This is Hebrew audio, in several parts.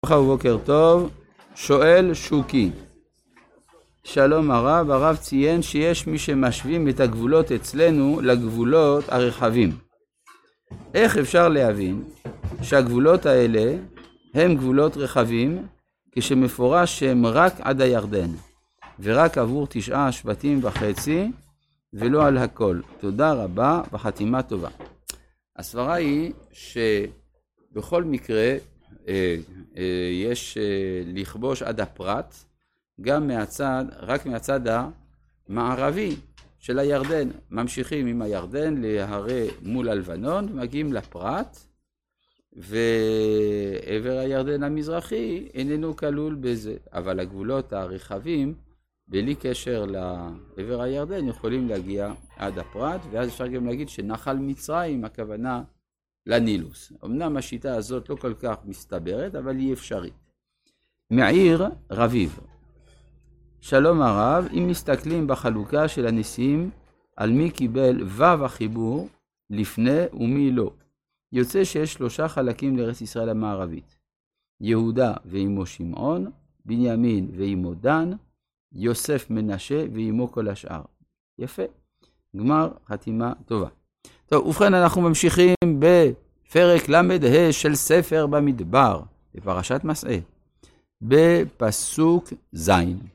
ברכה ובוקר טוב. שואל שוקי, שלום הרב ציין שיש מי שמשווים את הגבולות אצלנו לגבולות הרחבים. איך אפשר להבין שהגבולות האלה הם גבולות רחבים כשמפורש שהם רק עד הירדן ורק עבור 9.5 שבטים ולא על הכל? תודה רבה וחתימה טובה. הסברה היא שבכל מקרה יש לכבוש עד הפרת גם רק מהצד המערבי של הירדן. ממשיכים עם הירדן להרי מול הלבנון ומגיעים לפרת, ועבר הירדן המזרחי איננו כלול בזה, אבל הגבולות הרחבים בלי קשר לעבר הירדן יכולים להגיע עד הפרת, ואז אפשר גם להגיד שנחל מצרים הכוונה לנילוס. אמנם השיטה הזאת לא כל כך מסתברת, אבל היא אפשרית. מעיר רביב, שלום הרב, אם מסתכלים בחלוקה של הנשיאים על מי קיבל וו החיבור לפני ומי לא, יוצא שיש 3 חלקים לארץ ישראל המערבית: יהודה ואימו שמעון, בנימין ואימו דן, יוסף מנשה ואימו כל השאר. יפה, גמר חתימה טובה. טוב, ובכן אנחנו ממשיכים בפרק למ"ה של ספר במדבר, בפרשת מסעי, בפסוק ז'.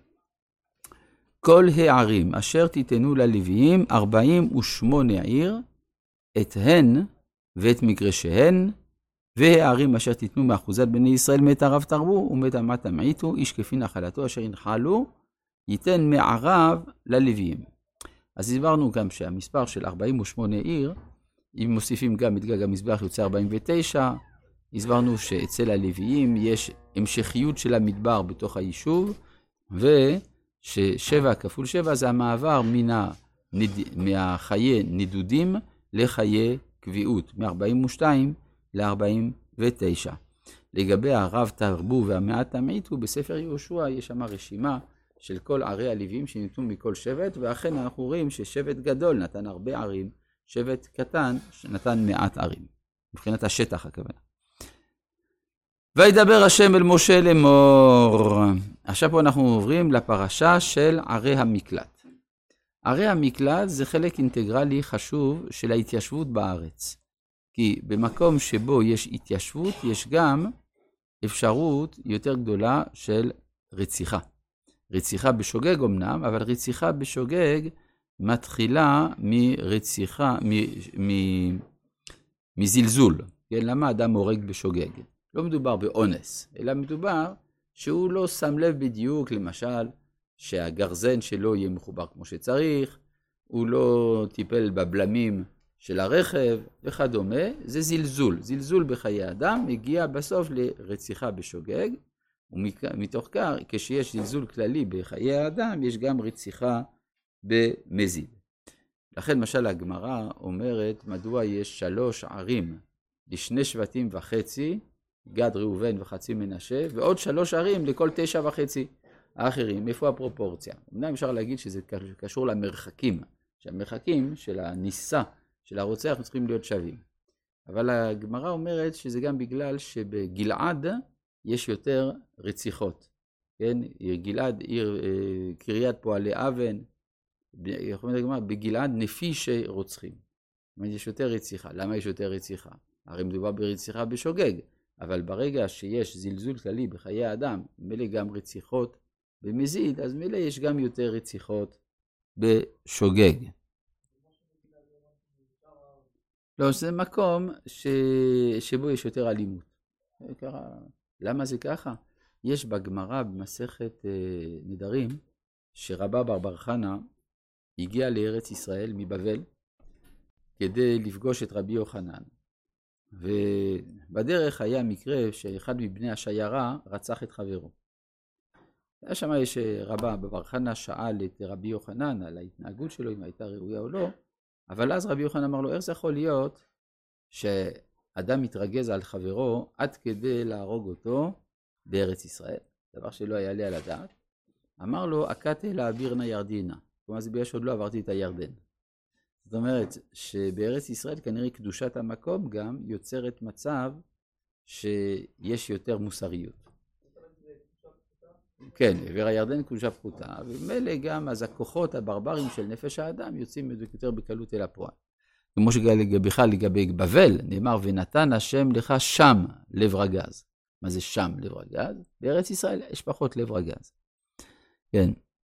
כל הערים אשר תיתנו ללוויים 48 עיר, את הן ואת מגרשיהן, והערים אשר תיתנו מאחוזת בני ישראל מת הרב תרבו ומת אמת תמעיטו, איש כפי נחלתו אשר ינחלו, ייתן מערב ללוויים. אז הסברנו גם שהמספר של 48 עיר, אם מוסיפים גם את גג המזבח יוצא 49, הסברנו שאצל הלוויים יש המשכיות של המדבר בתוך היישוב, ש7 כפול 7 זה המעבר מהחיי נדודים לחיי קביעות, מ-42 ל-49. לגבי הרב תרבו והמעט תמעיטו, בספר יהושע יש שם רשימה של כל ערי הלוויים שניתנו מכל שבט, ואכן אנחנו רואים ששבט גדול נתן הרבה ערים, שבט קטן שנתן מעט ערים, מבחינת השטח הכוונה. וידבר השם אל משה לאמור. עכשיו פה אנחנו עוברים לפרשה של ערי המקלט. ערי המקלט זה חלק אינטגרלי חשוב של ההתיישבות בארץ, כי במקום שבו יש התיישבות יש גם אפשרות יותר גדולה של רציחה. רציחה בשוגג אמנם, אבל רציחה בשוגג מתחילה מזלזול. כן, למה אדם הורג בשוגג? לא מדובר באונס, אלא מדובר שהוא לא שם לב בדיוק, למשל, שהגרזן שלו יהיה מחובר כמו שצריך, הוא לא טיפל בבלמים של הרכב וכדומה. זה זלזול. זלזול בחיי אדם מגיע בסוף לרציחה בשוגג, ומתוך כך, כשיש זלזול כללי בחיי האדם, יש גם רציחה במזיד. לכן משל הגמרא אומרת, מדוע יש 3 ערים ל2.5 שבטים, גד, ראובן וחצי מנשה, ועוד 3 ערים לכל 9.5 האחרים. איפה הפרופורציה? אמנם אפשר להגיד שזה קשור למרחקים, שהמרחקים של הניסה של הרוצח צריכים להיות שווים. אבל הגמרא אומרת שזה גם בגלל שבגלעד יש יותר רציחות. כן? גלעד עיר קריית פועלי אבן, בגלעד נפישי רוצחים. זאת אומרת, יש יותר רציחה. למה יש יותר רציחה? הרי מדובר ברציחה בשוגג, אבל ברגע שיש זלזול כללי בחיי האדם, מלא גם רציחות במזיד, אז מלא יש גם יותר רציחות בשוגג. לא, זה מקום שבו יש יותר אלימות. למה זה ככה? יש בגמרא במסכת נדרים, שרבא בר חנא הגיע לארץ ישראל מבבל כדי לפגוש את רבי יוחנן. ובדרך היה מקרה שאחד מבני השיירה רצח את חברו. היה שם רבא בר חנא שאל את רבי יוחנן על ההתנהגות שלו, אם הייתה ראויה או לא, אבל אז רבי יוחנן אמר לו, איך זה יכול להיות שאדם מתרגז על חברו עד כדי להרוג אותו בארץ ישראל? דבר שלא יעלה על הדעת. אמר לו, אקתה לאבירנה ירדינה. כלומר, זה בגלל שעוד לא עברתי את הירדן. זאת אומרת שבארץ ישראל כנראה קדושת המקום גם יוצרת מצב שיש יותר מוסריות. כן, עבר הירדן קדושה פחותה, ומילא גם אז הכוחות הברברים של נפש האדם יוצאים יותר בקלות אל הפועל. כמו שבכלל לגבי בבל, נאמר, ונתן השם לך שם לב רגז. מה זה שם לב רגז? בארץ ישראל יש פחות לב רגז. כן.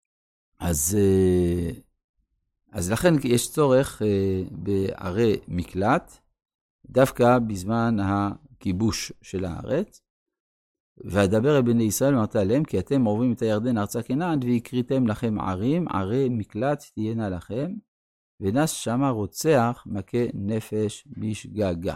אז לכן יש צורך בערי מקלט, דווקא בזמן הכיבוש של הארץ, ואדבר אל בני ישראל ואמרת להם, כי אתם עוברים את הירדן ארצה כנען, והקריתם לכם ערים, ערי מקלט תהיינה לכם, ונס שמה רוצח מכה נפש בשגגה.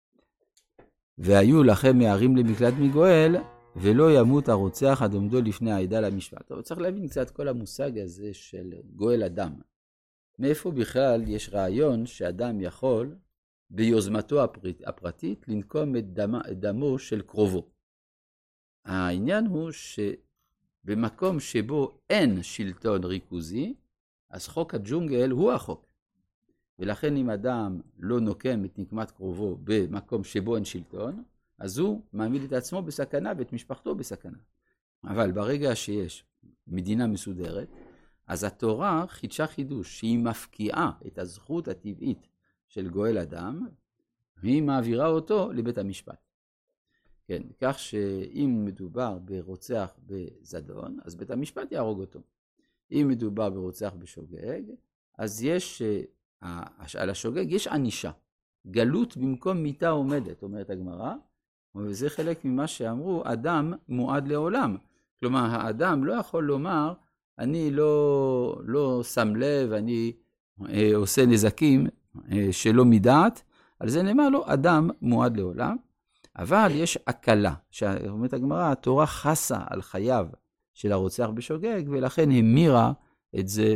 והיו לכם מערים למקלט מגואל, ולא ימות הרוצח עד עומדו לפני העדה למשפט. טוב, צריך להבין קצת כל המושג הזה של גואל אדם. מאיפה בכלל יש רעיון שאדם יכול ביוזמתו הפרטית לנקום את דמו של קרובו. העניין הוא שבמקום שבו אין שלטון ריכוזי, אז חוק הג'ונגל הוא החוק. ולכן אם אדם לא נוקם את נקמת קרובו במקום שבו אין שלטון, אז הוא מעמיד את עצמו בסכנה ואת משפחתו בסכנה. אבל ברגע שיש מדינה מסודרת, אז התורה חידשה חידוש שהיא מפקיעה את הזכות הטבעית של גואל אדם, והיא מעבירה אותו לבית המשפט. כן, כך שאם מדובר ברוצח בזדון, אז בית המשפט יהרוג אותו. אם מדובר ברוצח בשוגג, אז יש, על השוגג יש ענישה. גלות במקום מיתה עומדת, אומרת הגמרא, וזה חלק ממה שאמרו, אדם מועד לעולם. כלומר, האדם לא יכול לומר, אני לא שם לב, אני עושה נזקים שלא מדעת, על זה נאמר לו, אדם מועד לעולם. אבל יש הקלה, שאומרת הגמרא, התורה חסה על חייו של הרוצח בשוגג, ולכן המירה את זה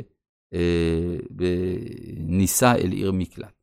בניסה אל עיר מקלט.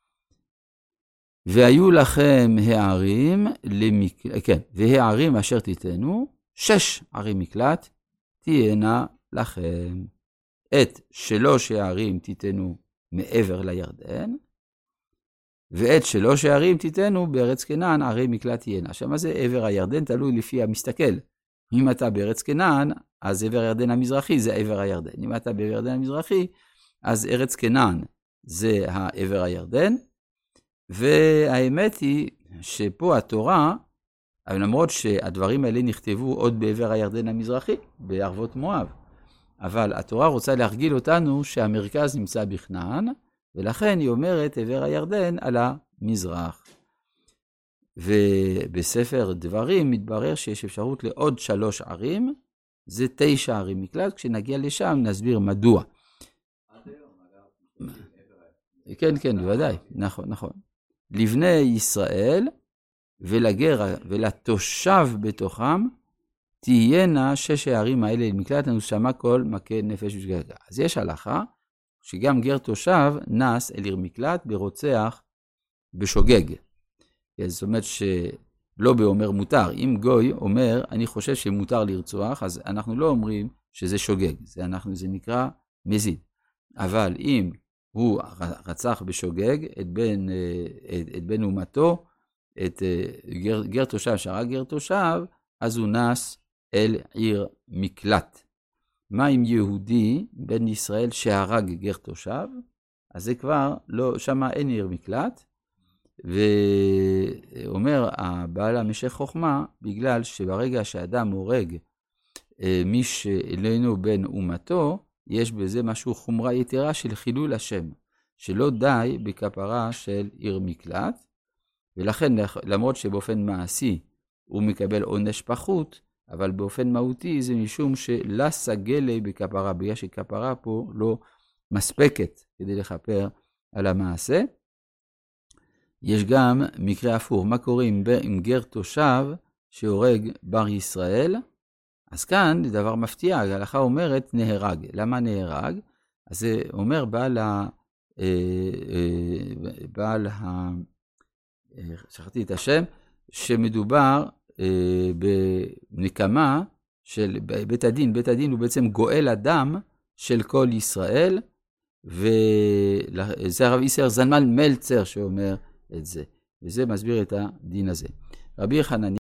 והיו לכם הערים למקלט, כן, והערים אשר תיתנו, 6 ערי מקלט תהיינה לכם. את 3 הערים תיתנו מעבר לירדן, ואת 3 הערים תיתנו בארץ כנען, ערי מקלט תהיינה. עכשיו מה זה עבר הירדן? תלוי לפי המסתכל. אם אתה בארץ כנען, אז עבר הירדן המזרחי זה עבר הירדן. אם אתה בעבר הירדן המזרחי, אז ארץ כנען זה העבר הירדן. והאמת היא שפה התורה, למרות שהדברים האלה נכתבו עוד בעבר הירדן המזרחי, בערבות מואב, אבל התורה רוצה להרגיל אותנו שהמרכז נמצא בכנען, ולכן היא אומרת עבר הירדן על המזרח. ובספר דברים מתברר שיש אפשרות לעוד 3 ערים, זה 9 ערים מקלט, כשנגיע לשם נסביר מדוע. כן, כן, בוודאי, נכון. לבני ישראל ולגר ולתושב בתוכם, תהיינה 6 הערים האלה למקלט, לנו שמה כל מכה נפש בשגגה. אז יש הלכה, שגם גר תושב נס אל עיר מקלט ברוצח בשוגג. זאת אומרת שלא באומר מותר. אם גוי אומר, אני חושב שמותר לרצוח, אז אנחנו לא אומרים שזה שוגג. זה נקרא מזיד. אבל אם הוא רצח בשוגג את בן אומתו, את גר תושב שהרג גר תושב, אז הוא נס אל עיר מקלט. מה עם יהודי בן ישראל שהרג גר תושב? אז זה כבר לא, שמה אין עיר מקלט, ואומר הבעל המשך חוכמה, בגלל שברגע שאדם הורג מי שאלינו בן אומתו, יש בזה משהו חומרה יתרה של חילול השם, שלא די בכפרה של עיר מקלט, ולכן למרות שבאופן מעשי הוא מקבל עונש פחות, אבל באופן מהותי זה משום שלא סגלה בכפרה, בגלל שכפרה פה לא מספקת כדי לכפר על המעשה. יש גם מקרה הפוך, מה קורה עם גר תושב שהורג בר ישראל? אז כאן דבר מפתיע, ההלכה אומרת נהרג. למה נהרג? אז זה אומר שכחתי את השם, שמדובר בנקמה של בית הדין. בית הדין הוא בעצם גואל אדם של כל ישראל, וזה הרב איסר זלמן מלצר שאומר את זה, וזה מסביר את הדין הזה. רבי חנניה